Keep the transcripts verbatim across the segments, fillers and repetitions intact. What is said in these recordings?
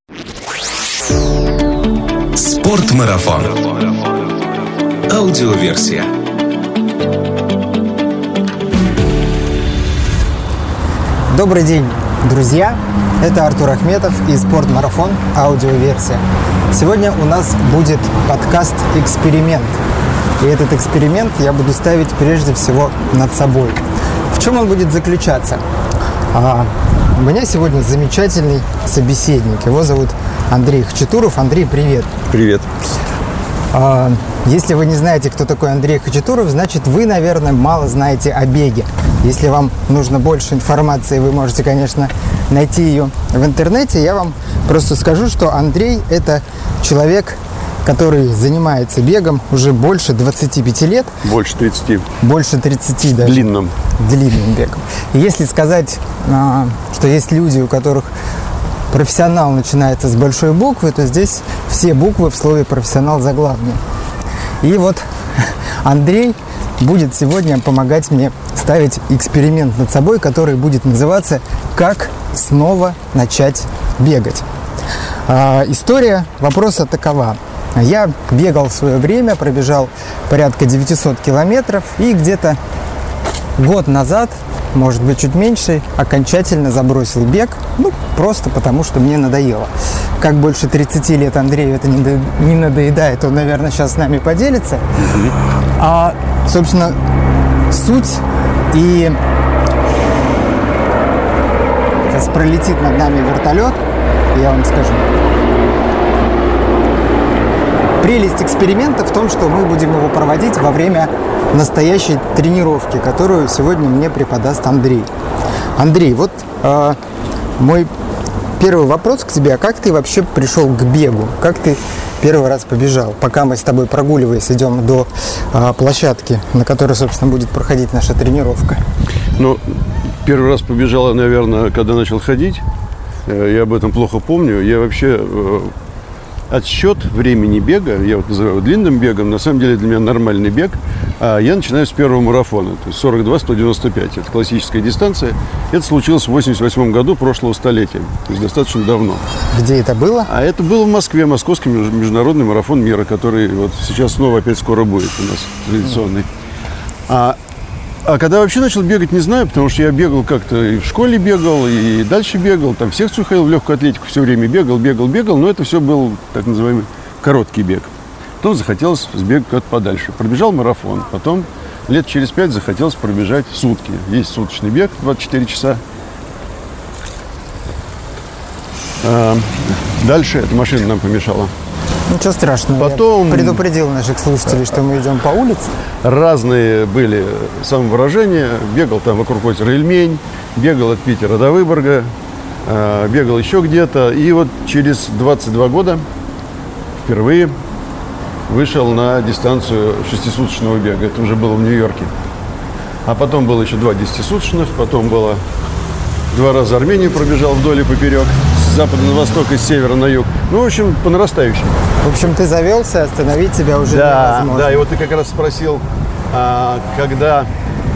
Спортмарафон. Аудиоверсия. Добрый день, друзья! Это Артур Ахметов и Спортмарафон. Аудиоверсия. Сегодня у нас будет подкаст «Эксперимент». И этот эксперимент я буду ставить прежде всего над собой. В чем он будет заключаться? А, у меня сегодня замечательный собеседник. Его зовут Андрей Хачатуров. Андрей, привет! Привет! А, если вы не знаете, кто такой Андрей Хачатуров, значит, вы, наверное, мало знаете о беге. Если вам нужно больше информации, вы можете, конечно, найти ее в интернете. Я вам просто скажу, что Андрей – это человек, который занимается бегом уже больше двадцати пяти лет. Больше тридцати. Больше тридцати даже. Длинным. Длинным бегом. И если сказать, что есть люди, у которых профессионал начинается с большой буквы, то здесь все буквы в слове «профессионал» заглавные. И вот Андрей будет сегодня помогать мне ставить эксперимент над собой, который будет называться «Как снова начать бегать?». А, история вопроса такова. Я бегал в свое время, пробежал порядка девятьсот километров и где-то год назад, может быть, чуть меньше, окончательно забросил бег, ну, просто потому, что мне надоело. Как больше тридцати лет Андрею это не надоедает, он, наверное, сейчас с нами поделится. Mm-hmm. А, собственно, суть и... Сейчас пролетит над нами вертолет, я вам скажу. Прелесть эксперимента в том, что мы будем его проводить во время настоящей тренировки, которую сегодня мне преподаст Андрей. Андрей, вот э, мой первый вопрос к тебе. А как ты вообще пришел к бегу? Как ты первый раз побежал? Пока мы с тобой, прогуливаясь, идем до э, площадки, на которой, собственно, будет проходить наша тренировка. Ну, первый раз побежал, наверное, когда начал ходить. Я об этом плохо помню. Я вообще... Э, Отсчет времени бега, я вот называю длинным бегом, на самом деле для меня нормальный бег. А я начинаю с первого марафона, то есть сорок два сто девяносто пять. Это классическая дистанция. Это случилось в восемьдесят восьмом году прошлого столетия, то есть достаточно давно. Где это было? А это было в Москве, Московский международный марафон мира, который вот сейчас снова опять скоро будет у нас традиционный. А А когда вообще начал бегать, не знаю, потому что я бегал как-то и в школе бегал, и дальше бегал, там в секцию ходил, в легкую атлетику все время бегал, бегал, бегал, но это все был так называемый короткий бег. Потом захотелось сбегать куда-то подальше. Пробежал марафон, потом лет через пять захотелось пробежать сутки. Есть суточный бег, двадцать четыре часа. А дальше эта машина нам помешала. Ничего страшного. Потом... Я предупредил наших слушателей, что мы идем по улице. Разные были самовыражения. Бегал там вокруг озера Ильмень, бегал от Питера до Выборга, бегал еще где-то. И вот через двадцать два года впервые вышел на дистанцию шестисуточного бега. Это уже было в Нью-Йорке. А потом было еще два десятисуточных, потом было два раза Армению пробежал вдоль и поперек, с запада на восток и с севера на юг. Ну, в общем, по нарастающей. В общем, ты завелся, остановить тебя уже да, невозможно. Да, и вот ты как раз спросил, а, когда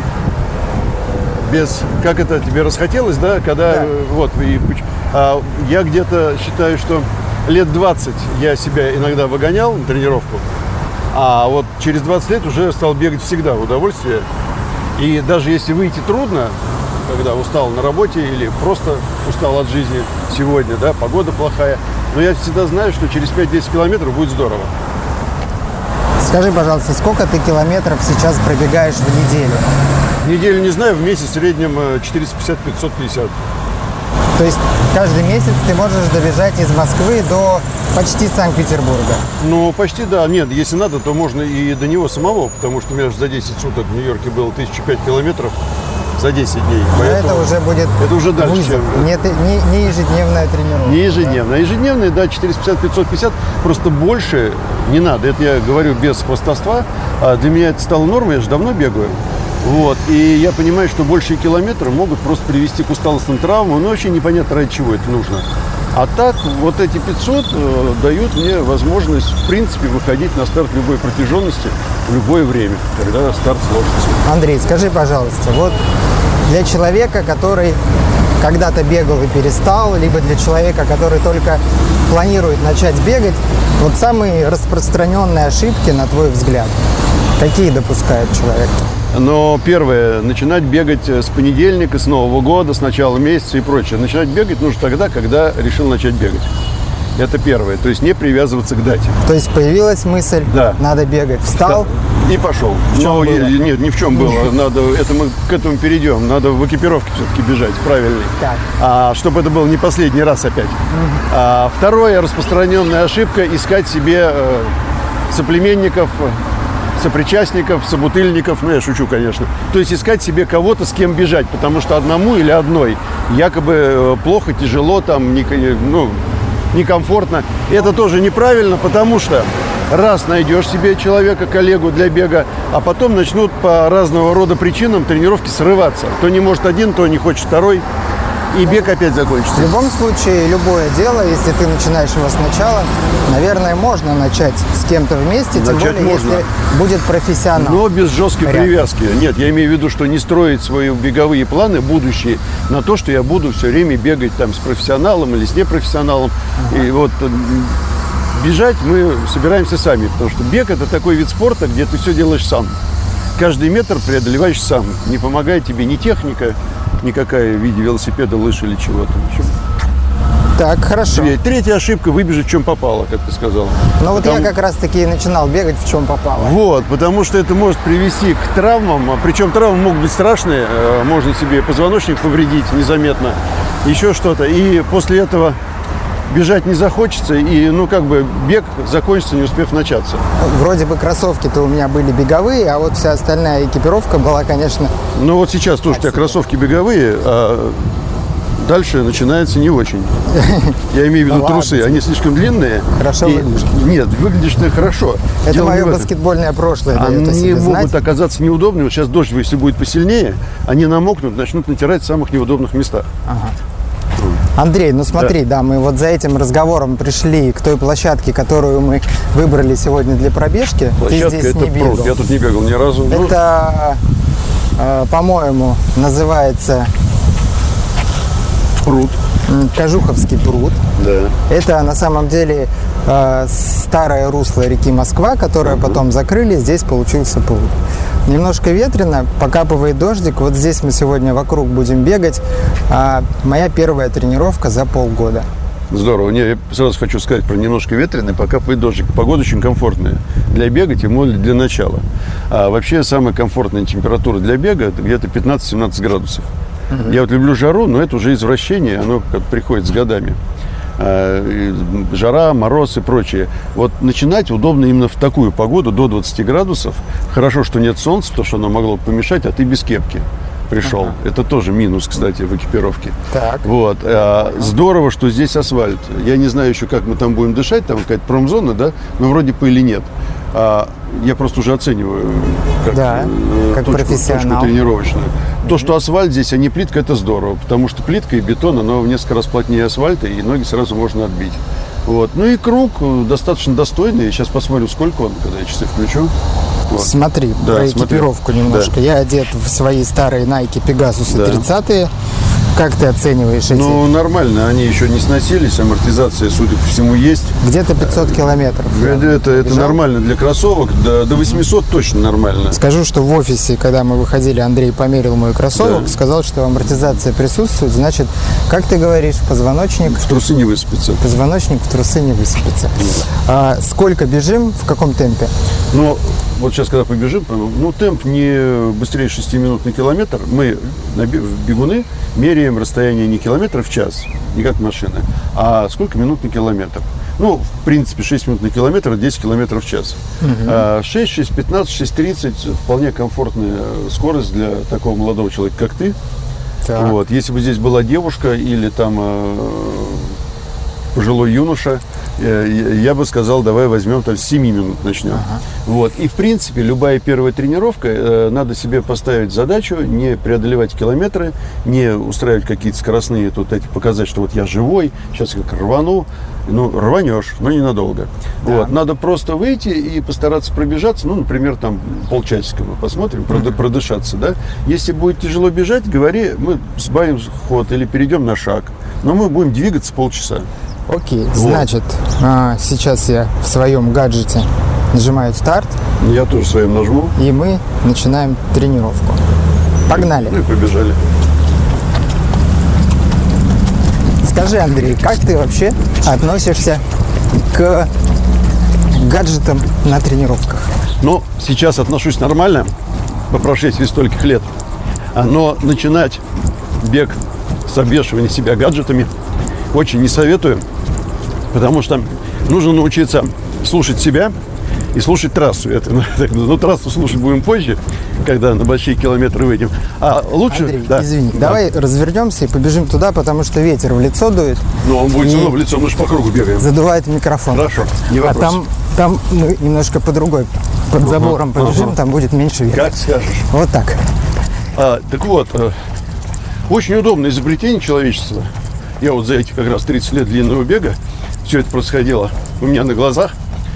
без... Как это тебе расхотелось, да? Когда... Да. Вот, и, а, я где-то считаю, что лет двадцать я себя иногда выгонял на тренировку, а вот через двадцать лет уже стал бегать всегда в удовольствие. И даже если выйти трудно, когда устал на работе или просто устал от жизни сегодня, да, погода плохая, но я всегда знаю, что через пять-десять километров будет здорово. Скажи, пожалуйста, сколько ты километров сейчас пробегаешь в неделю? В неделю не знаю, в месяц в среднем четыреста пятьдесят - пятьсот пятьдесят. То есть каждый месяц ты можешь добежать из Москвы до почти Санкт-Петербурга? Ну, почти, да. Нет, если надо, то можно и до него самого, потому что у меня же за десять суток в Нью-Йорке было тысяча пять километров за десять дней. Но это уже будет это уже дальше, вызов. чем... Не, не, не ежедневная тренировка. Не ежедневная. Да? Ежедневная, да, четыреста пятьдесят - пятьсот пятьдесят. Просто больше не надо. Это я говорю без хвастовства. А для меня это стало нормой, я же давно бегаю. Вот. И я понимаю, что большие километры могут просто привести к усталостным травмам, но вообще непонятно, ради чего это нужно. А так, вот эти пятьсот э, дают мне возможность, в принципе, выходить на старт любой протяженности в любое время, когда старт сложится. Андрей, скажи, пожалуйста, вот для человека, который когда-то бегал и перестал, либо для человека, который только планирует начать бегать, вот самые распространенные ошибки, на твой взгляд, какие допускает человек? Но первое, начинать бегать с понедельника, с Нового года, с начала месяца и прочее. Начинать бегать нужно тогда, когда решил начать бегать. Это первое. То есть не привязываться к дате. То есть появилась мысль, да. надо бегать. Встал да. и пошел. В чем Но было? Нет, ни в чем было. Надо, это мы к этому перейдем. Надо в экипировке все-таки бежать, правильно. А, чтобы это был не последний раз опять. Угу. А, второе, распространенная ошибка, искать себе э, соплеменников, сопричастников, собутыльников, ну я шучу, конечно. То есть искать себе кого-то, с кем бежать, потому что одному или одной якобы плохо, тяжело, там, не, ну, некомфортно. Это тоже неправильно, потому что раз найдешь себе человека, коллегу для бега, а потом начнут по разного рода причинам тренировки срываться. То не может один, то не хочет второй. И бег опять закончится. В любом случае, любое дело, если ты начинаешь его сначала, наверное, можно начать с кем-то вместе, тем начать более, можно. если будет профессионал. Но без жесткой Рядом. привязки. Нет, я имею в виду, что не строить свои беговые планы будущие на то, что я буду все время бегать там с профессионалом или с непрофессионалом. Ага. И вот бежать мы собираемся сами, потому что бег – это такой вид спорта, где ты все делаешь сам. Каждый метр преодолеваешь сам. Не помогает тебе ни техника, никакая в виде велосипеда, лыж или чего-то. Так, хорошо. Третья ошибка – выбежать в чем попало, как ты сказал. Ну вот потому... я как раз-таки начинал бегать в чем попало. Вот, потому что это может привести к травмам. Причем травмы могут быть страшные. Можно себе позвоночник повредить незаметно, еще что-то. И после этого бежать не захочется, и, ну, как бы, бег закончится, не успев начаться. Вроде бы кроссовки-то у меня были беговые, а вот вся остальная экипировка была, конечно... Ну, вот сейчас тоже у тебя кроссовки беговые, а дальше начинается не очень. Я имею в виду трусы, они слишком длинные. Хорошо выглядишь. Нет, выглядишь ты хорошо. Это мое баскетбольное прошлое дает о себе знать. Они могут оказаться неудобными. Вот сейчас дождь, если будет посильнее, они намокнут, начнут натирать в самых неудобных местах. Ага. Андрей, ну смотри, да. да, мы вот за этим разговором пришли к той площадке, которую мы выбрали сегодня для пробежки. Площадка, Ты здесь это не бегал. пруд. Я тут не бегал ни разу. Это, э, по-моему, называется пруд. Кожуховский пруд. Да. Это на самом деле э, старое русло реки Москва, которое uh-huh. потом закрыли. Здесь получился пруд. Немножко ветрено, покапывает дождик. Вот здесь мы сегодня вокруг будем бегать. А моя первая тренировка за полгода. Здорово. Не, я сразу хочу сказать про немножко ветреный, покапывает дождик. Погода очень комфортная для бега, тем более для начала. А вообще самая комфортная температура для бега это где-то пятнадцать-семнадцать градусов. Uh-huh. Я вот люблю жару, но это уже извращение, оно как приходит с годами. Жара, мороз и прочее. Вот начинать удобно именно в такую погоду, до двадцати градусов. Хорошо, что нет солнца, потому что оно могло помешать, а ты без кепки пришел. Ага. Это тоже минус, кстати, в экипировке. Так. Вот. А, здорово, что здесь асфальт. Я не знаю еще, как мы там будем дышать, там какая-то промзона, да, но вроде бы или нет. А, я просто уже оцениваю как, да, э, как точку, профессионал. точку тренировочную. То, что асфальт здесь, а не плитка, это здорово, потому что плитка и бетон, оно в несколько раз плотнее асфальта, и ноги сразу можно отбить. Вот. Ну и круг достаточно достойный. Сейчас посмотрим, сколько он, когда я часы включу. Вот. Смотри, да, про экипировку смотри. немножко. Да. Я одет в свои старые Nike Pegasus Да. тридцатые. Как ты оцениваешь эти? Ну, нормально, они еще не сносились, амортизация, судя по всему, есть. Где-то пятьсот километров. Это, это, это нормально для кроссовок, до, до восьмисот точно нормально. Скажу, что в офисе, когда мы выходили, Андрей померил мой кроссовок, да. сказал, что амортизация присутствует, значит, как ты говоришь, позвоночник... В трусы не высыпется. Позвоночник в трусы не высыпется. А сколько бежим, в каком темпе? Ну, вот сейчас, когда побежим, ну, темп не быстрее шести минут на километр. Мы, бегуны, меряем расстояние не километров в час, не как машина, а сколько минут на километр. Ну, в принципе, шесть минут на километр, десять километров в час. Uh-huh. шесть, шесть пятнадцать, шесть тридцать вполне комфортная скорость для такого молодого человека, как ты. Так. Вот. Если бы здесь была девушка или там э, пожилой юноша, я бы сказал, давай возьмем там с семи минут начнем. Ага. Вот. И в принципе любая первая тренировка, надо себе поставить задачу не преодолевать километры, не устраивать какие-то скоростные тут эти, показать, что вот я живой, сейчас я как рвану. Ну, рванешь, но ненадолго. Да. Вот. Надо просто выйти и постараться пробежаться, ну, например, там полчасика мы посмотрим, mm-hmm. продышаться, да. Если будет тяжело бежать, говори, мы сбавим ход или перейдем на шаг. Но мы будем двигаться полчаса. Окей, вот. Значит, а, сейчас я в своем гаджете нажимаю старт. Я тоже своим нажму. И мы начинаем тренировку. Погнали. Ну и побежали. Скажи, Андрей, как ты вообще относишься к гаджетам на тренировках? Ну, сейчас отношусь нормально, по прошествии стольких лет. Но начинать бег с обвешивания себя гаджетами очень не советую, потому что нужно научиться слушать себя и слушать трассу. Это, ну, трассу слушать будем позже, когда на большие километры выйдем. А лучше... Андрей, да, извини, да. давай развернемся и побежим туда, потому что ветер в лицо дует. Ну, он будет все равно в лицо, мы же по кругу бегаем. Задувает микрофон. Хорошо, не вопрос. А там, там мы немножко по другой, под ага, забором побежим, ага. Там будет меньше ветра. Как скажешь. Вот так. А, так вот, очень удобное изобретение человечества. Я вот за эти как раз тридцать лет длинного бега, все это происходило у меня на глазах.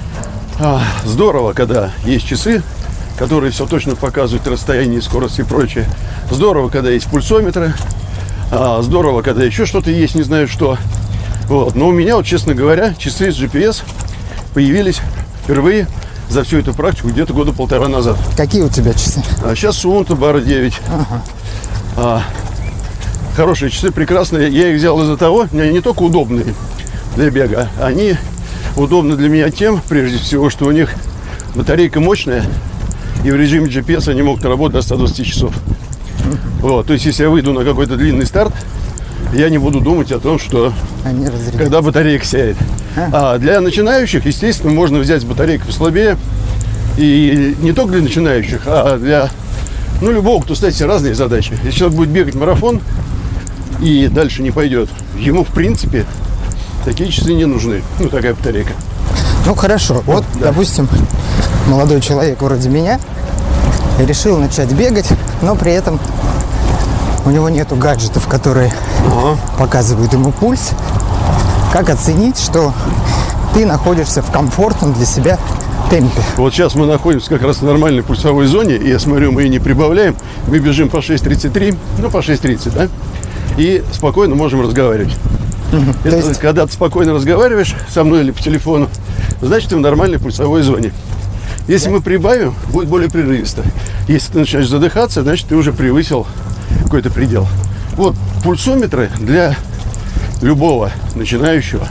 Здорово, когда есть часы, которые все точно показывают расстояние, скорость и прочее. Здорово, когда есть пульсометры. Здорово, когда еще что-то есть, не знаю что. Вот. Но у меня, вот, честно говоря, часы с джи пи эс появились впервые за всю эту практику где-то года полтора назад. Какие у тебя часы? А сейчас Суунто Бара девять. Ага. А, хорошие часы, прекрасные. Я их взял из-за того, они не только удобные для бега, они... удобно для меня тем, прежде всего, что у них батарейка мощная, и в режиме джи пи эс они могут работать до ста двадцати часов. Вот, то есть, если я выйду на какой-то длинный старт, я не буду думать о том, что когда батарейка сядет. А для начинающих, естественно, можно взять батарейку послабее. И не только для начинающих, а для ну, любого, кто ставит себе разные задачи. Если человек будет бегать марафон и дальше не пойдет, ему, в принципе, такие часы не нужны. Ну, такая батарейка. Ну, хорошо. Вот, да. Допустим, молодой человек вроде меня решил начать бегать, но при этом у него нету гаджетов, которые ага. показывают ему пульс. Как оценить, что ты находишься в комфортном для себя темпе? Вот сейчас мы находимся как раз в нормальной пульсовой зоне, и я смотрю, мы и не прибавляем. Мы бежим по шесть тридцать три, ну, по шесть тридцать, да? И спокойно можем разговаривать. Угу. Это, есть... Когда ты спокойно разговариваешь со мной или по телефону, значит, ты в нормальной пульсовой зоне. Если да. мы прибавим, будет более прерывисто. Если ты начинаешь задыхаться, значит, ты уже превысил какой-то предел. Вот пульсометры для любого начинающего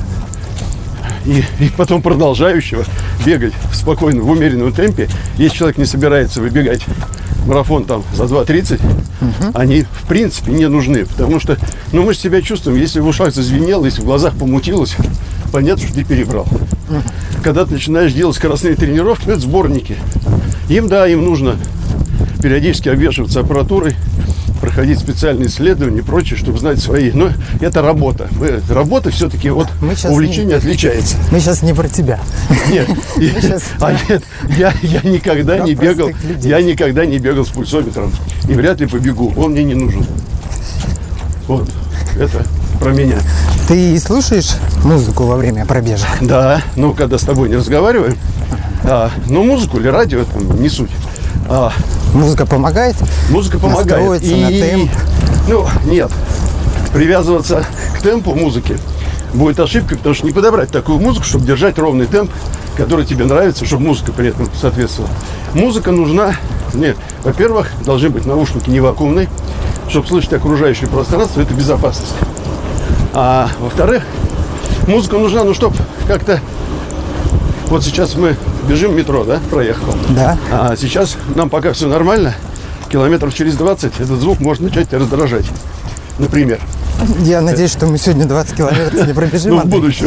и, и потом продолжающего бегать в спокойном, в умеренном темпе. Если человек не собирается выбегать марафон там за два тридцать, угу. они в принципе не нужны, потому что ну, мы же себя чувствуем, если в ушах зазвенело, если в глазах помутилось, понятно, что ты перебрал. Угу. Когда ты начинаешь делать скоростные тренировки, это сборники. Им, да, им нужно периодически обвешиваться аппаратурой, проходить специальные исследования и прочее, чтобы знать свои. Но это работа. Работа все-таки вот увлечение не, отличается. Мы сейчас не про тебя. Нет, а нет я, я никогда не бегал. Я никогда не бегал с пульсометром. И вряд ли побегу. Он мне не нужен. Вот. Это про меня. Ты слушаешь музыку во время пробежек? Да. Ну, когда с тобой не разговариваем. А, ну, музыку или радио, там, не суть. А, Музыка помогает? Музыка помогает. И, на темп? Ну, нет. Привязываться к темпу музыки будет ошибкой, потому что не подобрать такую музыку, чтобы держать ровный темп, который тебе нравится, чтобы музыка при этом соответствовала. Музыка нужна... Нет, во-первых, должны быть наушники не вакуумные, чтобы слышать окружающее пространство, это безопасность. А во-вторых, музыка нужна, ну, чтобы как-то... Вот сейчас мы бежим в метро, да, проехал. Да. А сейчас нам пока все нормально. Километров через двадцать этот звук может начать тебя раздражать. Например. Я надеюсь, что мы сегодня двадцать километров не пробежим. Ну, в будущем.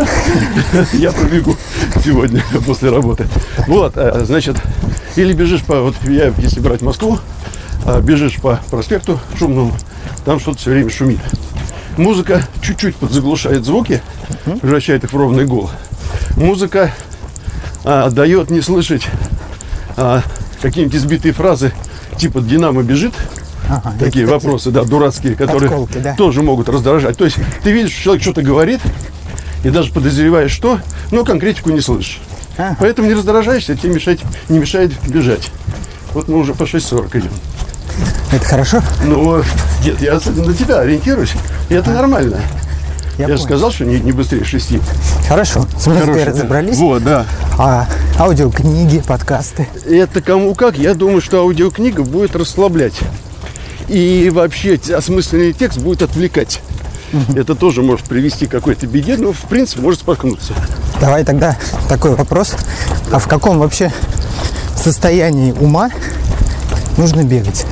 Я пробегу сегодня после работы. Вот, значит, или бежишь по, вот я, если брать Москву, бежишь по проспекту Шумному, там что-то все время шумит. Музыка чуть-чуть подзаглушает звуки, превращает их в ровный гул. Музыка а, дает не слышать а, какие-нибудь избитые фразы, типа «Динамо бежит». Ага, такие вопросы, да, дурацкие, которые подколки, да? тоже могут раздражать. То есть ты видишь, что человек что-то говорит, и даже подозреваешь, что, но конкретику не слышишь. Ага. Поэтому не раздражаешься, тебе мешает, не мешает бежать. Вот мы уже по шесть сорок идем. Это хорошо? Ну, нет, я на тебя ориентируюсь, и это а. нормально. Я, я же сказал, что не, не быстрее шести. Хорошо, с музыкой разобрались. Вот, да. А аудиокниги, подкасты? Это кому как. Я думаю, что аудиокнига будет расслаблять. И вообще осмысленный текст будет отвлекать. Угу. Это тоже может привести к какой-то беде, но в принципе может споткнуться. Давай тогда такой вопрос. А в каком вообще состоянии ума нужно бегать?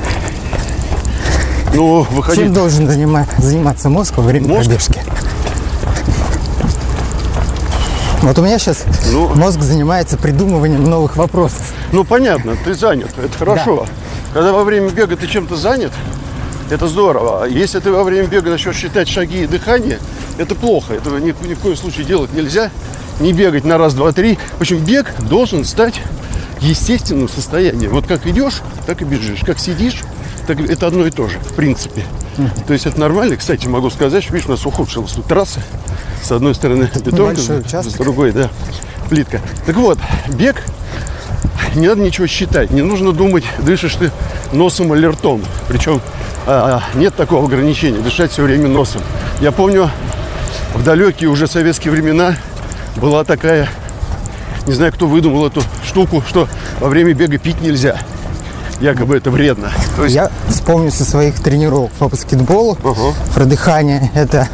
Ну, выходить... Чем должен занима... заниматься мозг во время мозг? пробежки? Вот у меня сейчас ну, мозг занимается придумыванием новых вопросов. Ну, понятно, ты занят, это хорошо. Да. Когда во время бега ты чем-то занят, это здорово. Если ты во время бега начнешь считать шаги и дыхание, это плохо. Этого ни, ни в коем случае делать нельзя. Не бегать на раз, два, три. В общем, бег должен стать естественным состоянием. Вот как идешь, так и бежишь. Как сидишь, так это одно и то же, в принципе. Uh-huh. То есть это нормально. Кстати, могу сказать, что, видишь, у нас ухудшилась тут трасса. С одной стороны бетонка, с другой, да, плитка. Так вот, бег, не надо ничего считать. Не нужно думать, дышишь ты носом или ртом. Причем а, нет такого ограничения, дышать все время носом. Я помню, в далекие уже советские времена была такая, не знаю, кто выдумал эту штуку, что во время бега пить нельзя. Якобы это вредно. То есть... Я вспомню со своих тренировок по баскетболу. Uh-huh. Про дыхание. Это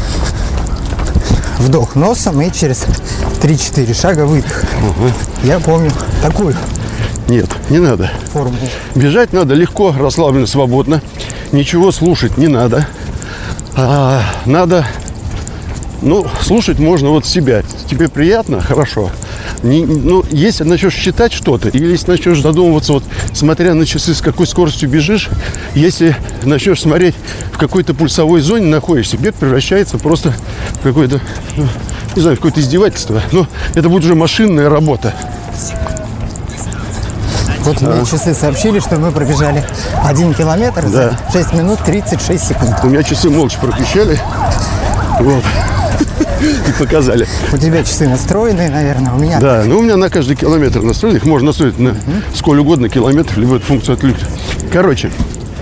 вдох носом и через три-четыре шага выдох. Uh-huh. Я помню такую. Нет, не надо. Формулу. Бежать надо легко, расслабленно, свободно. Ничего слушать не надо. А, надо... Ну, слушать можно вот себя. Тебе приятно? Хорошо. Не, ну, если начнешь считать что-то, или если начнешь задумываться, вот, смотря на часы, с какой скоростью бежишь, если начнешь смотреть, в какой-то пульсовой зоне находишься, бег превращается просто в какое-то, ну, не знаю, в какое-то издевательство. Но это будет уже машинная работа. Вот мне а. часы сообщили, что мы пробежали один километр да. за шесть минут тридцать шесть секунд. У меня часы молча пропищали. Вот. И показали. У тебя часы настроенные, наверное, у меня. Да, ну у меня на каждый километр настроены. Их можно настроить на uh-huh. сколь угодно километров, либо эту функцию отключить. Короче,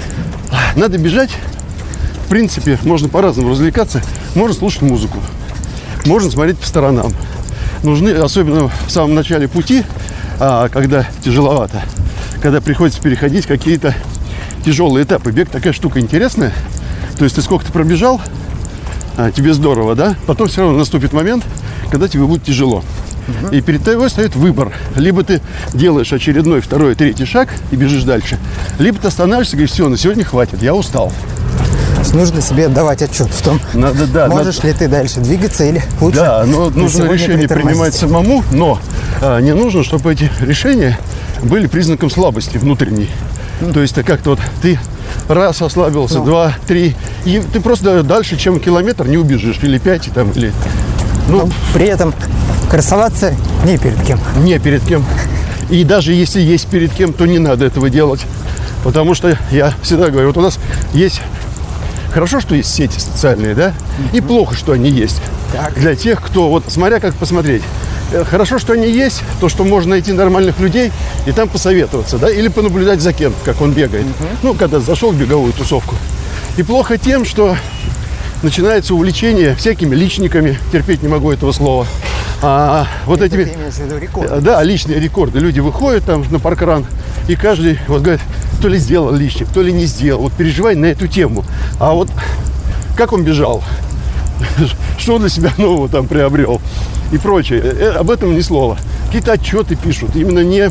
надо бежать. В принципе, можно по-разному развлекаться. Можно слушать музыку. Можно смотреть по сторонам. Нужны, особенно в самом начале пути, а, когда тяжеловато, когда приходится переходить какие-то тяжелые этапы. Бег такая штука интересная. То есть ты сколько-то пробежал, А, тебе здорово, да? Потом все равно наступит момент, когда тебе будет тяжело. Угу. И перед тобой стоит выбор. Либо ты делаешь очередной, второй, третий шаг и бежишь дальше. Либо ты останавливаешься и говоришь, все, на сегодня хватит, я устал. То есть нужно себе отдавать отчет в том, надо, да, можешь надо... ли ты дальше двигаться или лучше. Да, но нужно решение принимать самому, но а, не нужно, чтобы эти решения были признаком слабости внутренней. Mm. То есть ты как-то вот ты... Раз ослабился, ну. два, три. И ты просто дальше, чем километр, не убежишь. Или пять, там, или... Ну, Но при этом красоваться не перед кем. Не перед кем. И даже если есть перед кем, то не надо этого делать. Потому что я всегда говорю, вот у нас есть... Хорошо, что есть сети социальные, да? Mm-hmm. И плохо, что они есть. Так. Для тех, кто... Вот смотря как посмотреть. Хорошо, что они есть, то, что можно найти нормальных людей и там посоветоваться, да, или понаблюдать за кем, как он бегает. Uh-huh. Ну, когда зашел в беговую тусовку. И плохо тем, что начинается увлечение всякими личниками, терпеть не могу этого слова. А, вот это этими, ты имеешь в виду рекорды? Да, личные рекорды. Люди выходят там на паркран, и каждый вот говорит, то ли сделал личник, то ли не сделал. Вот переживай на эту тему. А вот как он бежал? Что он для себя нового там приобрел? И прочее. Об этом ни слова. Какие-то отчеты пишут. Именно не,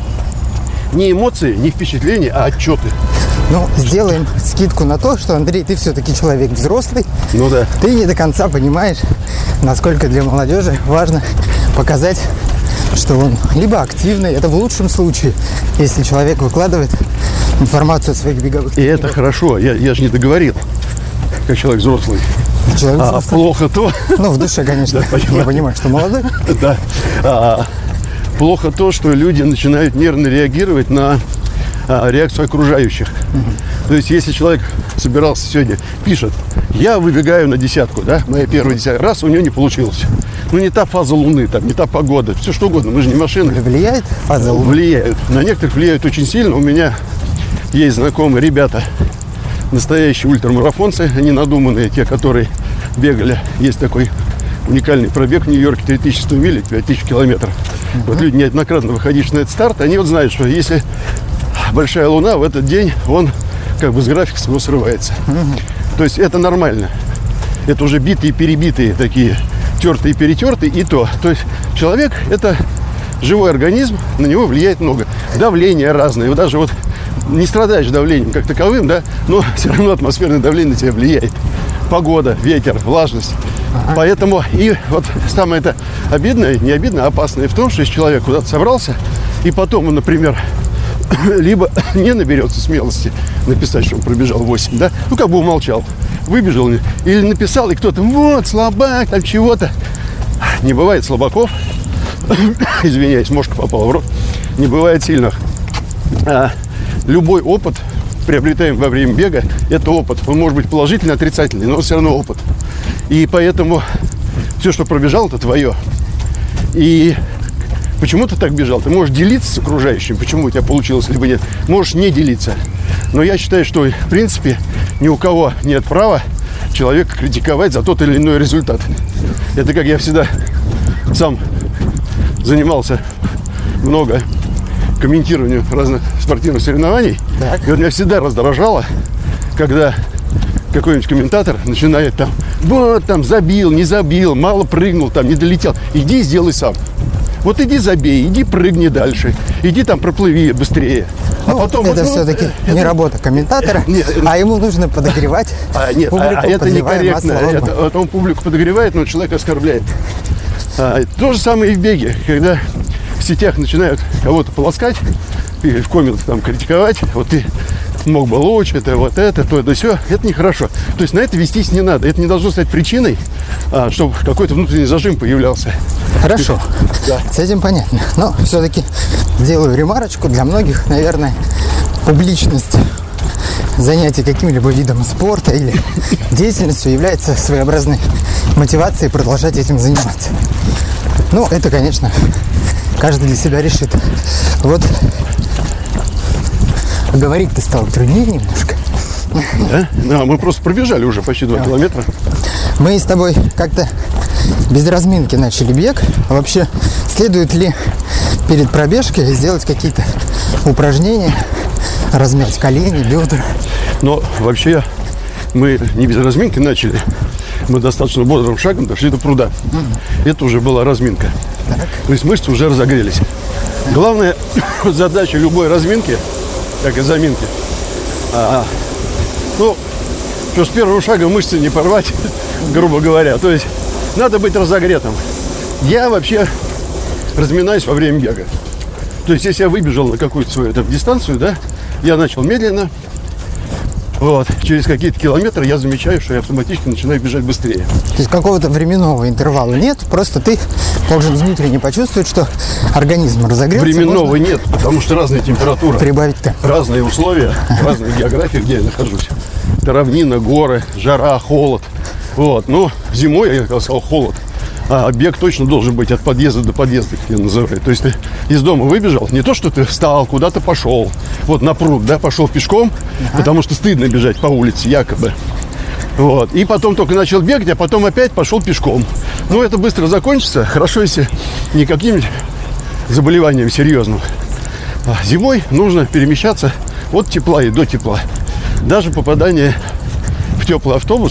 не эмоции, не впечатления, а отчеты. Ну, сделаем скидку на то, что, Андрей, ты все-таки человек взрослый. Ну да. Ты не до конца понимаешь, насколько для молодежи важно показать, что он либо активный, это в лучшем случае, если человек выкладывает информацию о своих беговых. И это хорошо. Я, я же не договорил, как человек взрослый. Человек А взрослый. плохо то, Ну, в душе, конечно, Да, понимаю. я понимаю, что молодой. да, а, плохо то, что люди начинают нервно реагировать на а, реакцию окружающих. То есть, если человек собирался сегодня, пишет, я выбегаю на десятку, да, моя первая десятка, раз, у него не получилось. Ну, не та фаза Луны, там, не та погода, все что угодно, мы же не машины. Влияет фаза Луны? Влияют. На некоторых влияют очень сильно. У меня есть знакомые ребята, настоящие ультрамарафонцы, они надуманные, те, которые бегали. Есть такой уникальный пробег в Нью-Йорке, три тысячи сто миль, пять тысяч километров. Uh-huh. Вот люди, неоднократно выходившие на этот старт, они вот знают, что если большая луна, в этот день он как бы с графика своего срывается. Uh-huh. То есть это нормально. Это уже битые, перебитые такие, тертые, перетертые и то. То есть человек – это живой организм, на него влияет много. Давление разное. Вот даже вот не страдаешь давлением как таковым, да, но все равно атмосферное давление на тебя влияет. Погода, ветер, влажность. Ага. Поэтому и вот самое это обидное, не обидное, а опасное в том, что если человек куда-то собрался, и потом он, например, либо не наберется смелости написать, что он пробежал восемь, да, ну как бы умолчал, выбежал, или написал, и кто-то, вот, слабак, там чего-то. Не бывает слабаков, извиняюсь, мошка попала в рот, не бывает сильных. А, любой опыт, приобретаем во время бега, это опыт. Он может быть положительный, отрицательный, но все равно опыт. И поэтому все, что пробежал, это твое. И почему ты так бежал? Ты можешь делиться с окружающим, почему у тебя получилось, либо нет. Можешь не делиться. Но я считаю, что, в принципе, ни у кого нет права человека критиковать за тот или иной результат. Это как я всегда сам занимался много комментированию разных спортивных соревнований. Так. И вот меня всегда раздражало, когда какой-нибудь комментатор начинает там, вот там забил, не забил, мало прыгнул, там не долетел. Иди сделай сам. Вот иди забей, иди прыгни дальше, иди там проплыви быстрее. Ну, а потом, это ну, все-таки это... не работа комментатора, нет, а ему нужно подогревать а, нет, публику, а, это некорректно. Это, это он публику подогревает, но человек оскорбляет. А, то же самое и в беге, когда в сетях начинают кого-то полоскать, и в комментах там критиковать, вот ты мог бы лучше, это вот это, то, это все, это нехорошо. То есть на это вестись не надо. Это не должно стать причиной, а, чтобы какой-то внутренний зажим появлялся. Хорошо, да. С этим понятно. Но все-таки сделаю ремарочку. Для многих, наверное, публичность занятия каким-либо видом спорта или деятельностью является своеобразной мотивацией продолжать этим заниматься. Ну, это, конечно, каждый для себя решит. Вот говорить-то стало труднее немножко. Да? Да, мы просто пробежали уже почти два километра. Мы с тобой как-то без разминки начали бег. Вообще, следует ли перед пробежкой сделать какие-то упражнения, размять колени, бедра? Но вообще мы не без разминки начали. Мы достаточно бодрым шагом дошли до пруда. Mm. Это уже была разминка. Так. То есть мышцы уже разогрелись. Главная задача любой разминки, как и заминки, а, ну, что с первого шага мышцы не порвать, грубо говоря. То есть надо быть разогретым. Я вообще разминаюсь во время бега. То есть если я выбежал на какую-то свою там, дистанцию, да, я начал медленно. Вот, через какие-то километры я замечаю, что я автоматически начинаю бежать быстрее. То есть какого-то временного интервала нет, просто ты должен внутренне почувствовать, что организм разогрелся. Временного нет, потому что разные температуры, прибавить темп. Разные условия, разные географии, где я нахожусь. Это равнина, горы, жара, холод. Вот, ну, зимой, я сказал, холод. А бег точно должен быть от подъезда до подъезда, как я называю. То есть ты из дома выбежал, не то, что ты встал, куда-то пошел, вот на пруд, да, пошел пешком, ага. Потому что стыдно бежать по улице, якобы. Вот. И потом только начал бегать, а потом опять пошел пешком. Ну, это быстро закончится. Хорошо, если не каким-нибудь заболеванием серьезным. А зимой нужно перемещаться от тепла и до тепла. Даже попадание в теплый автобус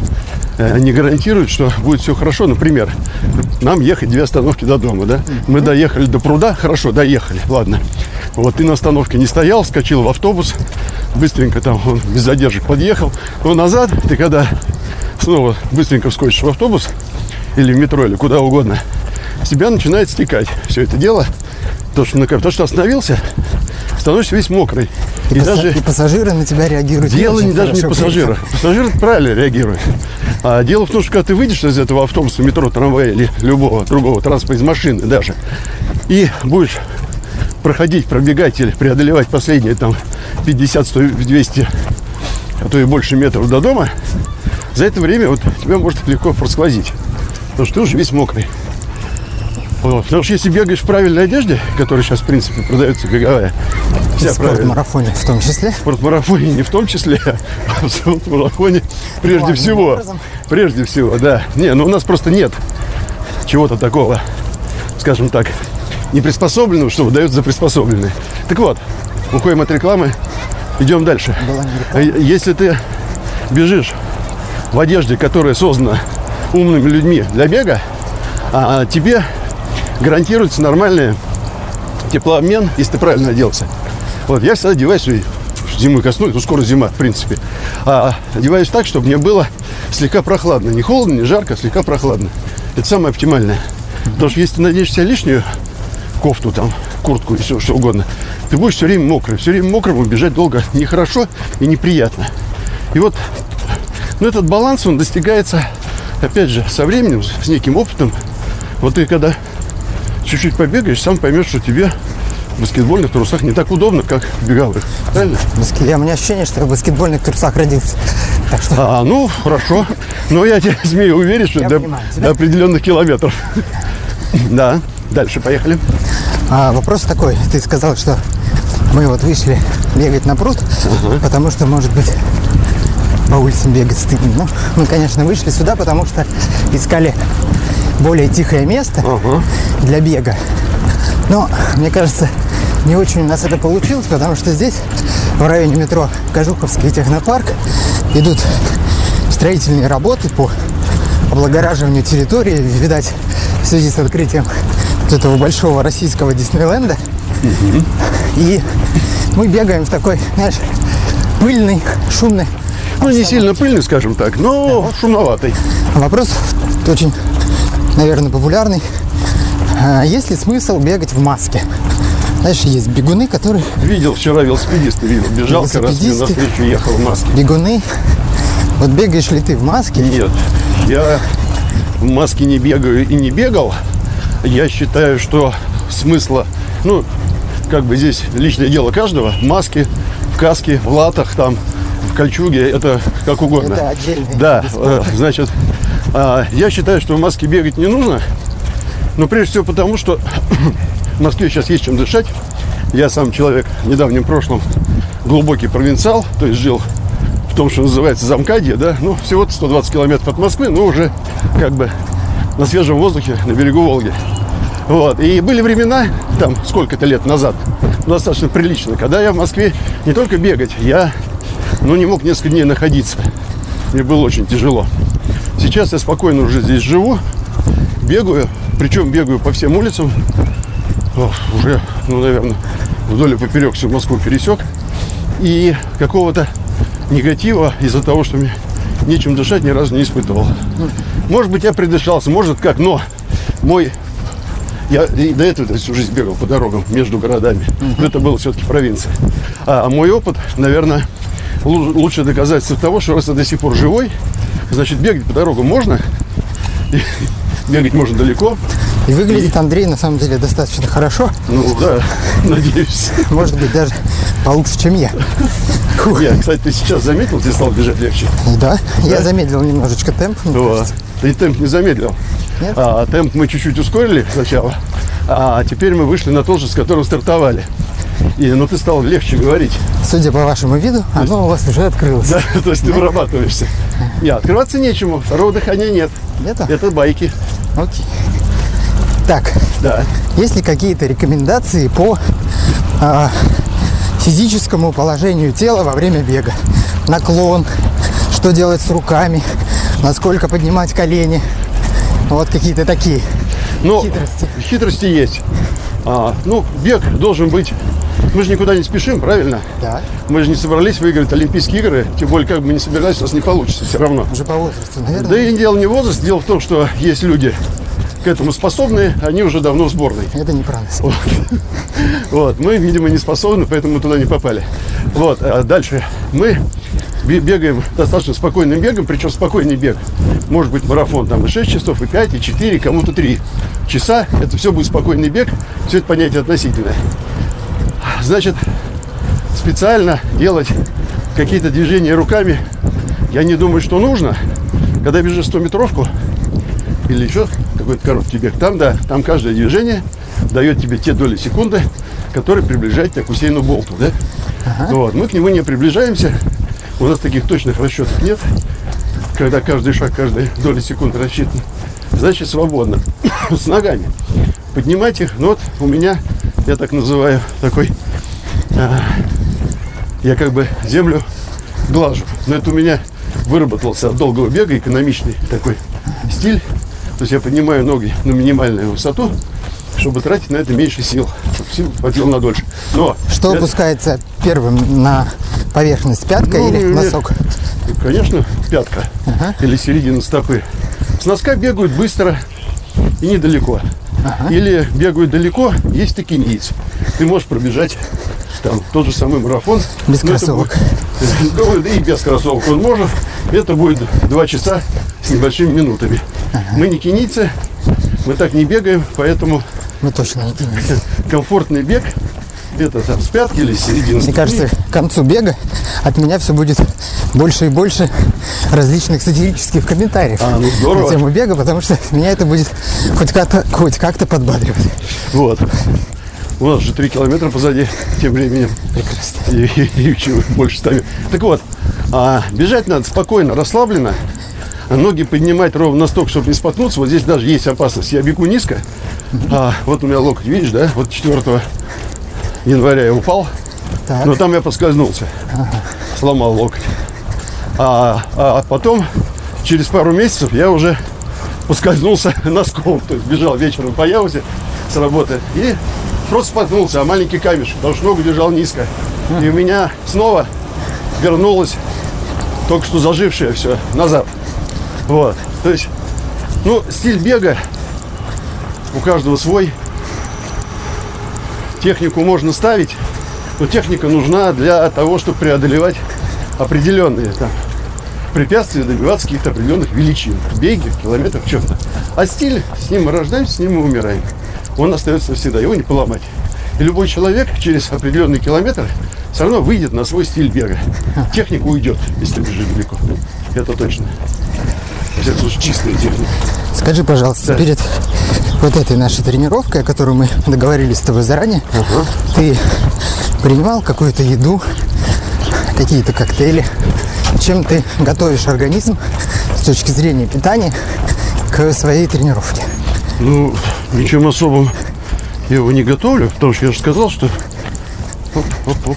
не гарантирует, что будет все хорошо. Например, нам ехать две остановки до дома, да? Мы доехали до пруда, хорошо, доехали, ладно. Вот ты на остановке не стоял, вскочил в автобус, быстренько там он без задержек подъехал. Но назад ты когда снова быстренько вскочишь в автобус или в метро, или куда угодно, с тебя начинает стекать все это дело. То, что, то, что остановился, становишься весь мокрый. И, и, пас- даже и пассажиры на тебя реагируют. Дело не даже не в пассажирах. Пассажиры правильно реагируют. А дело в том, что когда ты выйдешь из этого автобуса, метро, трамвая или любого другого транспорта, из машины даже, и будешь проходить, пробегать или преодолевать последние там пятьдесят, сто, двести, а то и больше метров до дома, за это время вот тебя может легко просквозить, потому что ты уже весь мокрый. Вот. Потому что если бегаешь в правильной одежде, которая сейчас, в принципе, продается беговая, вся в спортмарафоне в том числе. В спортмарафоне не в том числе, а в спортмарафоне прежде Важным всего. Образом. Прежде всего, да. Не, ну у нас просто нет чего-то такого, скажем так, не приспособленного, что выдают за приспособленное. Так вот, уходим от рекламы, идем дальше. Если ты бежишь в одежде, которая создана умными людьми для бега, а тебе гарантируется нормальный теплообмен, если ты правильно оделся. Вот, я всегда одеваюсь, зимой коснулась, ну, скоро зима, в принципе. А одеваюсь так, чтобы мне было слегка прохладно. Не холодно, не жарко, а слегка прохладно. Это самое оптимальное. Потому что если ты наденешь себе лишнюю кофту, там, куртку и все что угодно, ты будешь все время мокрый. Все время мокрым бежать долго нехорошо и неприятно. И вот, ну, этот баланс, он достигается, опять же, со временем, с неким опытом. Вот ты когда чуть-чуть побегаешь, сам поймешь, что тебе в баскетбольных трусах не так удобно, как в беговых. Правильно? Я, у меня ощущение, что я в баскетбольных трусах родился. Так что... А, ну, хорошо. Но я тебе смею уверить, что до, до определенных километров. Да, дальше поехали. А, вопрос такой. Ты сказал, что мы вот вышли бегать на пруд, uh-huh. потому что, может быть, по улицам бегать стыдно. Ну, мы, конечно, вышли сюда, потому что искали более тихое место uh-huh. для бега. Но, мне кажется, не очень у нас это получилось, потому что здесь, в районе метро Кожуховский технопарк, идут строительные работы по облагораживанию территории, видать, в связи с открытием вот этого большого российского Диснейленда. Uh-huh. И мы бегаем в такой, знаешь, пыльный, шумный. Ну, не сильно пыльный, скажем так, но да, вот. Шумноватый. Вопрос очень, наверное, популярный. А есть ли смысл бегать в маске? Знаешь, есть бегуны, которые... Видел вчера велосипедиста, видел, бежал, как раз мне навстречу ехал в маске. Бегуны. Вот бегаешь ли ты в маске? Нет, я в маске не бегаю и не бегал. Я считаю, что смысла, ну, как бы здесь личное дело каждого. В маске, в каске, в латах, там, в кольчуге, это как угодно. Это отдельный. Да, значит, я считаю, что в маске бегать не нужно. Но прежде всего потому, что в Москве сейчас есть чем дышать. Я сам человек в недавнем прошлом глубокий провинциал, то есть жил в том, что называется Замкадье, да, ну, всего-то сто двадцать километров от Москвы, но уже как бы на свежем воздухе на берегу Волги. Вот. И были времена, там, сколько-то лет назад, достаточно прилично, когда я в Москве не только бегать, я, ну, не мог несколько дней находиться. Мне было очень тяжело. Сейчас я спокойно уже здесь живу, бегаю, причем бегаю по всем улицам. О, уже, ну, наверное, вдоль и поперек всю Москву пересек. И какого-то негатива из-за того, что мне нечем дышать, ни разу не испытывал. Может быть, я придышался, может как, но мой... Я и до этого всю жизнь бегал по дорогам между городами. Но это было все-таки провинция. А мой опыт, наверное, лучшее доказательство того, что раз я до сих пор живой, значит, бегать по дорогам можно. И бегать можно далеко. И выглядит и... Андрей, на самом деле, достаточно хорошо. Ну, да, надеюсь. Может быть, даже получше, чем я. Я, кстати, ты сейчас заметил, ты стал бежать легче? Да, да? Я замедлил немножечко темп. Да. Ты темп не замедлил. Нет? А темп мы чуть-чуть ускорили сначала, а теперь мы вышли на тот же, с которым стартовали. И, ну, ты стал легче говорить. Судя по вашему виду, оно есть... у вас уже открылось. Да, то есть ты вырабатываешься. Нет, открываться нечему, второго дыхания нет. Нету? Это байки. Окей. Так, да. Есть ли какие-то рекомендации по а, физическому положению тела во время бега? Наклон, что делать с руками, насколько поднимать колени? Вот какие-то такие ну, хитрости. Хитрости есть. А, ну, бег должен быть... Мы же никуда не спешим, правильно? Да. Мы же не собрались выиграть Олимпийские игры. Тем более, как бы мы ни собирались, у нас не получится все равно. Уже по возрасту, наверное. Да и дело не в возрасте. Дело в том, что есть люди к этому способны, они уже давно в сборной. Это не про нас. Вот. Вот. Мы, видимо, не способны, поэтому мы туда не попали. Вот. А дальше мы бегаем достаточно спокойным бегом, причем спокойный бег. Может быть марафон там и шесть часов, и пять, и четыре, кому-то три часа. Это все будет спокойный бег. Все это понятие относительное. Значит, специально делать какие-то движения руками, я не думаю, что нужно. Когда бежишь сто-метровку или еще какой-то короткий бег, там, да, там каждое движение дает тебе те доли секунды, которые приближают тебя к Усейну Болту, да? Ага. Вот. Мы к нему не приближаемся. У нас таких точных расчетов нет. Когда каждый шаг, каждая доля секунды рассчитана. Значит, свободно. С ногами. Поднимать их. Ну вот у меня, я так называю, такой... А, я как бы землю глажу. Но это у меня выработался от долгого бега экономичный такой стиль. То есть я поднимаю ноги на минимальную высоту, чтобы тратить на это меньше сил, чтобы сил хватило на дольше. Но что это... опускается первым на поверхность, пятка ну, или носок? Конечно, пятка. Ага. Или середина стопы. С носка бегают быстро и недалеко. Ага. Или бегают далеко, есть и кенийцы. Ты можешь пробежать там тот же самый марафон. Без кроссовок. Будет, и без кроссовок он может. Это будет два часа с небольшими минутами. Ага. Мы не кенийцы, мы так не бегаем, поэтому... Мы точно не кенийцы. Комфортный бег, это там с пятки или с середины. Мне кажется, к концу бега от меня все будет больше и больше различных сатирических комментариев а, ну здорово. На тему бега, потому что меня это будет хоть как-то, хоть как-то подбадривать. Вот. У нас же три километра позади тем временем. Прекрасно. И, и, и чего больше ставим. Так вот, а, бежать надо спокойно, расслабленно. А ноги поднимать ровно настолько, чтобы не споткнуться. Вот здесь даже есть опасность. Я бегу низко. А, вот у меня локоть, видишь, да? Вот четвёртого января я упал. Так. Но там я поскользнулся. Ага. Сломал локоть. А, а потом, через пару месяцев, я уже поскользнулся носком. То есть бежал вечером по Яузе с работы. И просто споткнулся, а маленький камешек, потому что ногу держал низко. И у меня снова вернулось только что зажившее все назад. Вот. То есть, ну, стиль бега у каждого свой. Технику можно ставить, но техника нужна для того, чтобы преодолевать определенные там препятствия, добиваться каких-то определенных величин. Беги, километров, что-то. А стиль, с ним мы рождаемся, с ним мы умираем. Он остается всегда, его не поломать. И любой человек через определенный километр все равно выйдет на свой стиль бега. Техника уйдет, если бежит далеко. Это точно. Это уже чистая техника. Скажи, пожалуйста, да. Перед вот этой нашей тренировкой, о которой мы договорились с тобой заранее, ага. Ты принимал какую-то еду, какие-то коктейли? Чем ты готовишь организм с точки зрения питания к своей тренировке? Ну, ничем особым я его не готовлю, потому что я же сказал, что оп-оп-оп.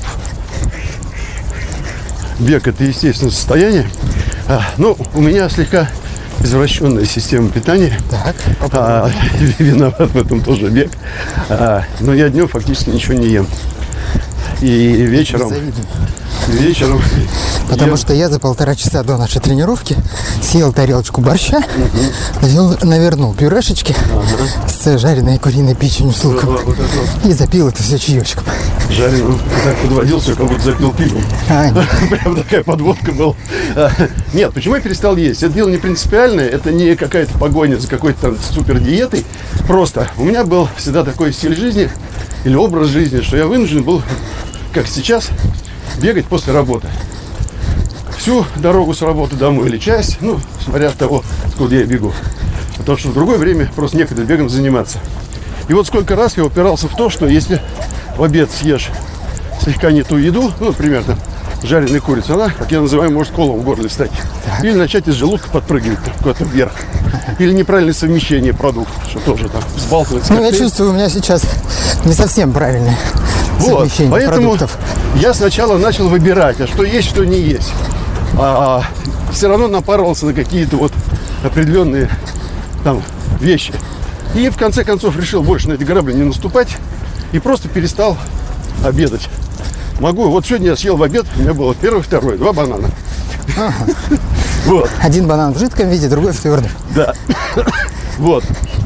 Бег – это естественное состояние. А, ну, у меня слегка извращенная система питания. Так, а, виноват в этом тоже бег. А, но я днем фактически ничего не ем. И вечером... Вечером... Потому я... что я за полтора часа до нашей тренировки съел тарелочку борща, угу. навернул пюрешечки ага. с жареной куриной печенью с луком вот, вот, вот. И запил это все чаечком. Жареный, так подводился, как будто запил пивом. А, прям такая подводка была. Нет, почему я перестал есть? Это дело не принципиальное, это не какая-то погоня за какой-то там супер диетой. Просто у меня был всегда такой стиль жизни или образ жизни, что я вынужден был, как сейчас, бегать после работы. Всю дорогу с работы домой или часть, ну, смотря от того, откуда я бегу. Потому что в другое время просто некогда бегом заниматься. И вот сколько раз я упирался в то, что если в обед съешь слегка не ту еду, ну, например, там, жареная курица, она, как я называю, может колом в горле встать. Так. Или начать из желудка подпрыгивать куда-то вверх. Или неправильное совмещение продуктов, что тоже там взбалтывается. Ну, я чувствую, у меня сейчас не совсем правильное вот, совмещение поэтому продуктов. Я сначала начал выбирать, а что есть, что не есть. А, а все равно напарывался на какие-то вот определенные там вещи. И в конце концов решил больше на эти грабли не наступать и просто перестал обедать. Могу, вот сегодня я съел в обед, у меня было первый, второй, два банана. Ага. Вот. Один банан в жидком виде, другой в твердом. Да. Вот.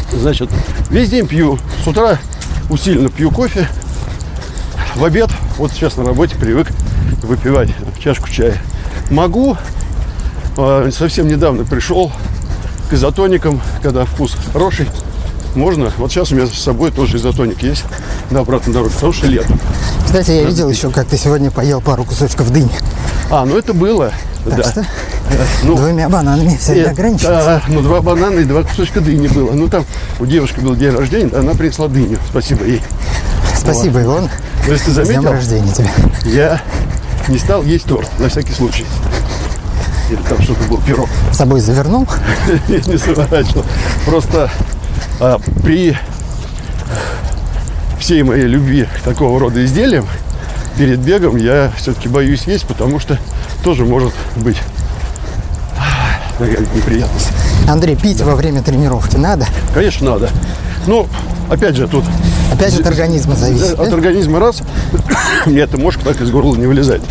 Значит, весь день пью. С утра усиленно пью кофе. В обед, вот сейчас на работе привык выпивать чашку чая. Могу, совсем недавно пришел к изотоникам, когда вкус хороший. Можно. Вот сейчас у меня с собой тоже изотоник есть на обратной дороге, потому что лето. Кстати, я видел еще, как ты сегодня поел пару кусочков дыни. А, ну это было. Так да. что ну, двумя бананами все не ограничилось. Да, ну два банана и два кусочка дыни было. Ну там у девушки был день рождения, она принесла дыню. Спасибо ей. Спасибо, вот. Илон. Но если ты заметил, с днем рождения тебе. Я не стал есть торт, на всякий случай. Или там что-то был, пирог. С собой завернул? Не заворачивал. Просто а, при всей моей любви к такого рода изделиям перед бегом я все-таки боюсь есть, потому что тоже может быть неприятность. Андрей, пить да. во время тренировки надо? Конечно, надо. Ну, опять же, тут... Опять же от организма зависит, От да? организма раз, мне эта мошка так из горла не вылезает.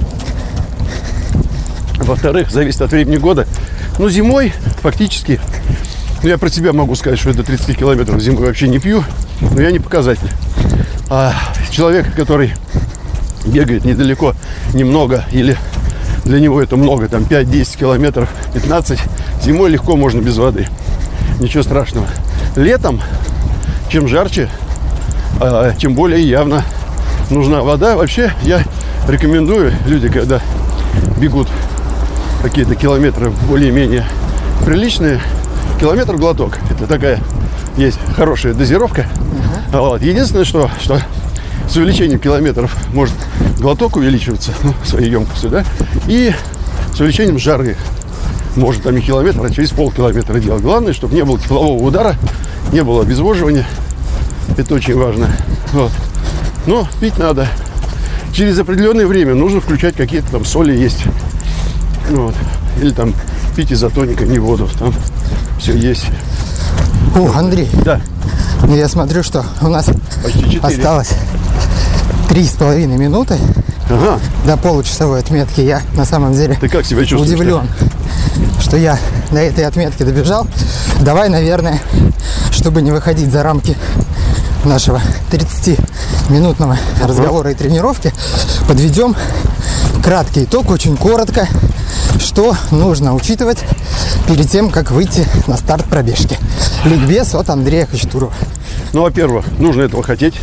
Во-вторых, зависит от времени года. Ну, зимой фактически, ну, я про себя могу сказать, что я до тридцати километров зимой вообще не пью, но я не показатель. А человек, который бегает недалеко, немного, или для него это много, там пять-десять километров, пятнадцать, зимой легко можно без воды. Ничего страшного. Летом, чем жарче, тем более явно нужна вода. Вообще, я рекомендую, люди, когда бегут какие-то километры более-менее приличные, километр глоток. Это такая есть хорошая дозировка. Uh-huh. Вот. Единственное, что, что с увеличением километров может глоток увеличиваться, ну, своей емкостью, да, и с увеличением жары может там не километр, а через полкилометра делать. Главное, чтобы не было теплового удара, не было обезвоживания. Это очень важно. Вот. Но пить надо. Через определенное время нужно включать какие-то там соли есть. Вот. Или там пить изотоника, не воду. Там все есть. О, Андрей. Да. Ну, я смотрю, что у нас осталось три с половиной минуты ага. до получасовой отметки. Я на самом деле Ты как себя чувствуешь? Удивлен, что я до этой отметки добежал. Давай, наверное, чтобы не выходить за рамки нашего тридцатиминутного ага. разговора и тренировки, подведем краткий итог, очень коротко, что нужно учитывать перед тем, как выйти на старт пробежки. Ликбез от Андрея Хачатурова. Ну, во-первых, нужно этого хотеть.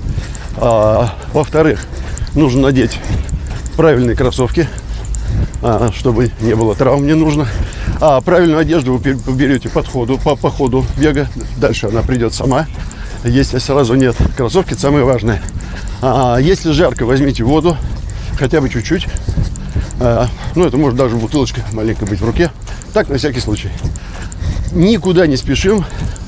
А, во-вторых, нужно надеть правильные кроссовки, а, чтобы не было травм, не нужно. А правильную одежду вы берете по ходу, по, по ходу бега. Дальше она придет сама. Если сразу нет кроссовки, это самое важное. А, если жарко, возьмите воду, хотя бы чуть-чуть. А, ну, это может даже бутылочка маленькая быть в руке. Так, на всякий случай. Никуда не спешим.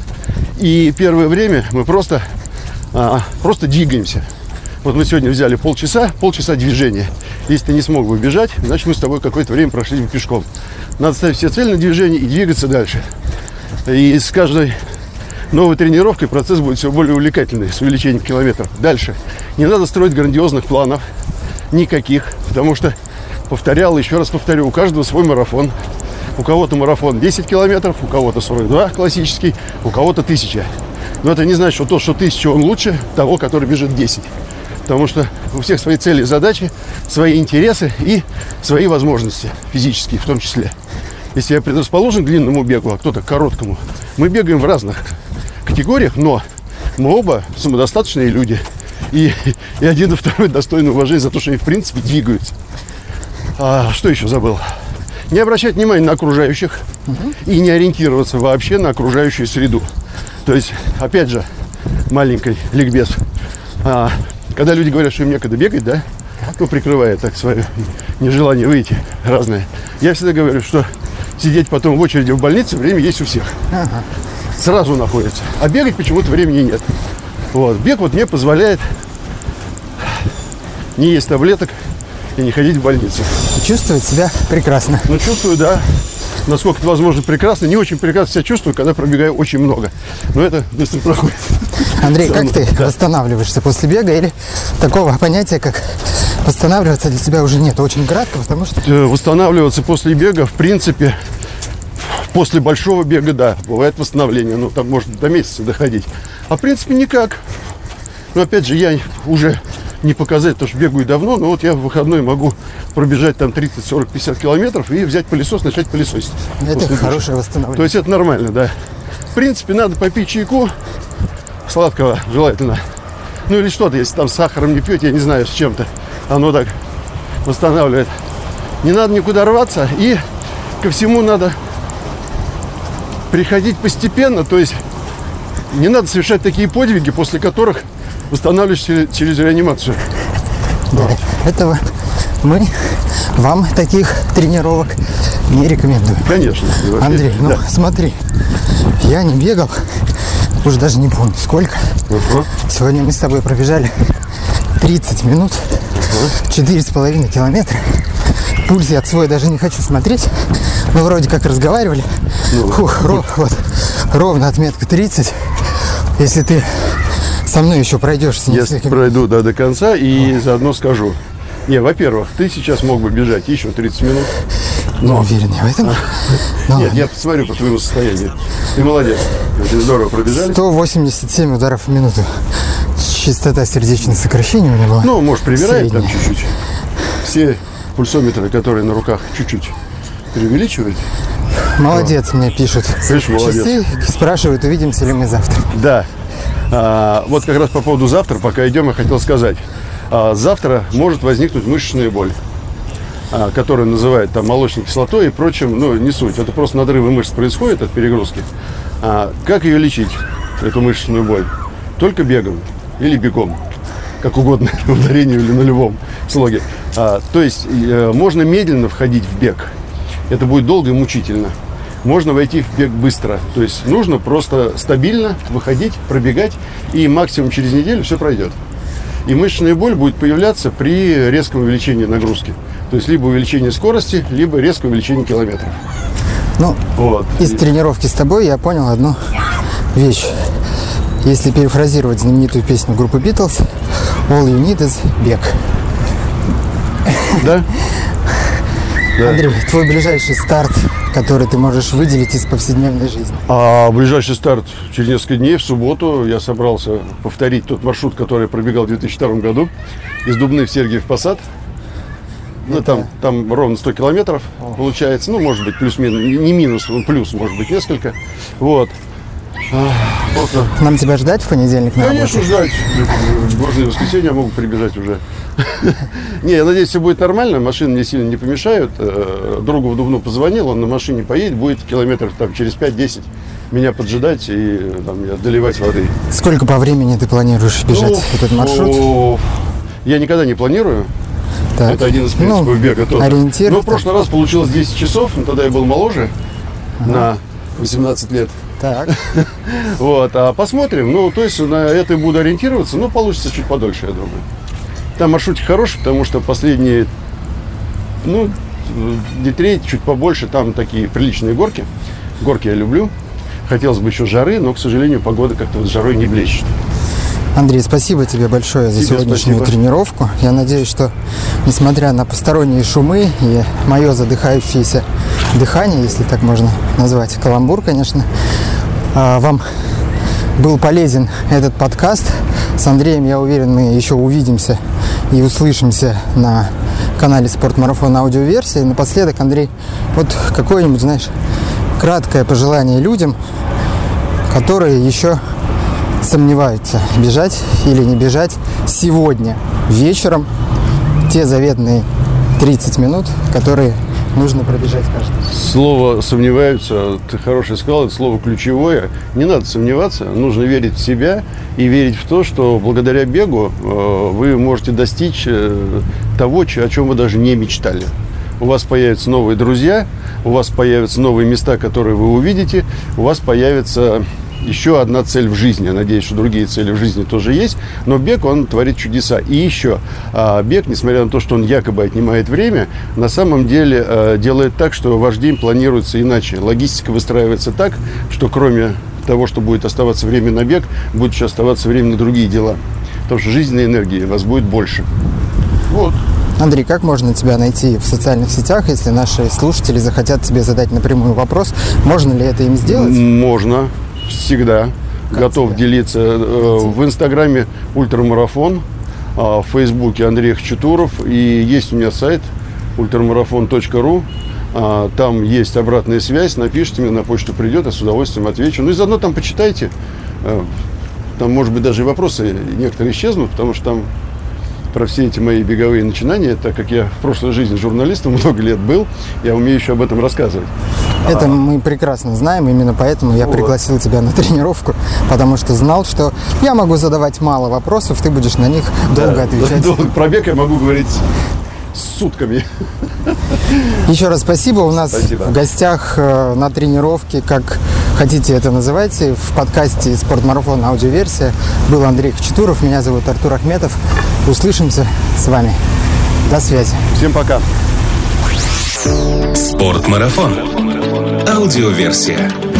И первое время мы просто, а, просто двигаемся. Вот мы сегодня взяли полчаса, полчаса движения. Если ты не смог бы бежать, значит мы с тобой какое-то время прошли бы пешком. Надо ставить все цели на движение и двигаться дальше. И с каждой новой тренировкой процесс будет все более увлекательный, с увеличением километров. Дальше. Не надо строить грандиозных планов. Никаких. Потому что, повторял, еще раз повторю, у каждого свой марафон. У кого-то марафон десять километров, у кого-то сорок два классический, у кого-то тысяча. Но это не значит, что то, что тысяча, он лучше того, который бежит десять. Потому что у всех свои цели и задачи, свои интересы и свои возможности, физические в том числе. Если я предрасположен к длинному бегу, а кто-то к короткому, мы бегаем в разных категориях, но мы оба самодостаточные люди. И, и один и второй достойны уважения за то, что они в принципе двигаются. А, что еще забыл? Не обращать внимания на окружающих uh-huh. и не ориентироваться вообще на окружающую среду. То есть, опять же, маленький ликбез. А, когда люди говорят, что им некогда бегать, да, ну, прикрывая так свое нежелание выйти разное, я всегда говорю, что сидеть потом в очереди в больнице время есть у всех. Uh-huh. Сразу находится. А бегать почему-то времени нет. Вот. Бег вот мне позволяет не есть таблеток и не ходить в больницу. Чувствовать себя прекрасно. Ну, чувствую, да. Насколько это возможно прекрасно. Не очень прекрасно себя чувствую, когда пробегаю очень много. Но это быстро проходит. Андрей, как ты да. восстанавливаешься после бега? Или такого понятия, как восстанавливаться, для тебя уже нет? Очень кратко, потому что... Восстанавливаться после бега, в принципе, После большого бега, да, бывает восстановление. Ну, там может до месяца доходить. А в принципе никак. Но опять же, я уже не показать, потому что бегаю давно, но вот я в выходной могу пробежать там тридцать, сорок, пятьдесят километров и взять пылесос, начать пылесосить. Это хорошее восстановление. То есть это нормально, да. В принципе, надо попить чайку, сладкого желательно. Ну или что-то, если там с сахаром не пьете, я не знаю, с чем-то. Оно так восстанавливает. Не надо никуда рваться, и ко всему надо приходить постепенно, то есть не надо совершать такие подвиги, после которых восстанавливаешься через реанимацию. Да, этого мы вам таких тренировок не рекомендуем. Конечно. Андрей, ну да. Смотри, я не бегал, уже даже не помню сколько. Uh-huh. Сегодня мы с тобой пробежали тридцать минут, четыре с половиной километра. Пульс я свой даже не хочу смотреть. Мы вроде как разговаривали. Ну, Фух, ров, вот, ровно отметка тридцать. Если ты со мной еще пройдешь с Я пройду да, до конца и заодно скажу. Не, во-первых, ты сейчас мог бы бежать еще тридцать минут. Но... Уверен я в этом. Но... Нет, я посмотрю по твоему состоянию. Ты молодец. Очень здорово пробежали. сто восемьдесят семь ударов в минуту. Частота сердечных сокращений у меня была. Ну, может, прибирает средняя. Там чуть-чуть. Все пульсометры, которые на руках, чуть-чуть преувеличивают. Молодец, а. Мне пишут. Конечно, часы, спрашивают, увидимся ли мы завтра. Да. А, вот как раз по поводу завтра, пока идем, я хотел сказать. А, завтра может возникнуть мышечная боль, а, которую называют там молочной кислотой и прочим. Ну, не суть. Это просто надрывы мышц происходят от перегрузки. А, как ее лечить, эту мышечную боль? Только бегом или бегом. Как угодно, в ударении или на любом слоге. А, то есть э, можно медленно входить в бег. Это будет долго и мучительно. Можно войти в бег быстро. То есть нужно просто стабильно выходить, пробегать, и максимум через неделю все пройдет. И мышечная боль будет появляться при резком увеличении нагрузки. То есть либо увеличение скорости, либо резкое увеличение километров. Ну, вот. Из и... тренировки с тобой я понял одну вещь. Если перефразировать знаменитую песню группы Beatles, all you need is бег. Да? Да. Андрей, твой ближайший старт, который ты можешь выделить из повседневной жизни? А ближайший старт через несколько дней, в субботу, я собрался повторить тот маршрут, который я пробегал в две тысячи втором году. Из Дубны в Сергиев Посад. Ну, Это... там, там ровно сто километров О. получается. Ну, может быть, плюс-минус, не минус, плюс, может быть, несколько. Вот. Просто... Нам тебя ждать в понедельник на Конечно, работу? ждать. В воскресенье я могу прибежать уже. Не, я надеюсь, все будет нормально. Машины мне сильно не помешают. Другу в Дубну позвонил, он на машине поедет, будет километров там через пять-десять меня поджидать и там, доливать воды. Сколько по времени ты планируешь бежать ну, этот маршрут? О, я никогда не планирую. Так. Это один из принципов ну, бега тоже. Ориентир. Но в прошлый раз получилось десять часов, но тогда я был моложе, ага. на восемнадцать лет. Так. Вот, а посмотрим. Ну, то есть на это буду ориентироваться, но получится чуть подольше, я думаю. Там маршрутик хороший, потому что последние, ну, треть, чуть побольше, там такие приличные горки. Горки я люблю. Хотелось бы еще жары, но, к сожалению, погода как-то вот с жарой не блещет. Андрей, спасибо тебе большое за тебе сегодняшнюю спасибо. тренировку. Я надеюсь, что, несмотря на посторонние шумы и мое задыхающееся дыхание, если так можно назвать, каламбур, конечно, вам был полезен этот подкаст. С Андреем, я уверен, мы еще увидимся и услышимся на канале Спортмарафон аудиоверсии. Напоследок, Андрей, вот какое-нибудь, знаешь, краткое пожелание людям, которые еще сомневаются, бежать или не бежать сегодня вечером те заветные тридцать минут, которые нужно пробежать каждый. Слово «сомневаются», ты хорошее сказал, это слово ключевое. Не надо сомневаться, нужно верить в себя и верить в то, что благодаря бегу э, вы можете достичь э, того, о чем вы даже не мечтали. У вас появятся новые друзья, у вас появятся новые места, которые вы увидите, у вас появится еще одна цель в жизни. Я надеюсь, что другие цели в жизни тоже есть. Но бег, он творит чудеса. И еще, бег, несмотря на то, что он якобы отнимает время, на самом деле делает так, что ваш день планируется иначе. Логистика выстраивается так, что кроме того, что будет оставаться время на бег, будет еще оставаться время на другие дела. Потому что жизненной энергии у вас будет больше. Вот. Андрей, как можно тебя найти в социальных сетях, если наши слушатели захотят тебе задать напрямую вопрос? Можно ли это им сделать? Можно, всегда. Как готов тебя? делиться. Найти? В Инстаграме ультрамарафон, в Фейсбуке Андрей Хачатуров. И есть у меня сайт ультрамарафон точка ру. Там есть обратная связь. Напишите мне, на почту придет, я с удовольствием отвечу. Ну и заодно там почитайте. Там, может быть, даже и вопросы некоторые исчезнут, потому что там про все эти мои беговые начинания, так как я в прошлой жизни журналистом много лет был, я умею еще об этом рассказывать. Это а... мы прекрасно знаем, именно поэтому я вот. пригласил тебя на тренировку, потому что знал, что я могу задавать мало вопросов, ты будешь на них да, долго отвечать. Долго пробег я могу говорить сутками. Еще раз спасибо. У нас спасибо. в гостях э, на тренировке, как хотите это называйте, в подкасте «Спортмарафон. Аудиоверсия» был Андрей Хачатуров. Меня зовут Артур Ахметов. Услышимся с вами. До связи. Всем пока. «Спортмарафон. Аудиоверсия».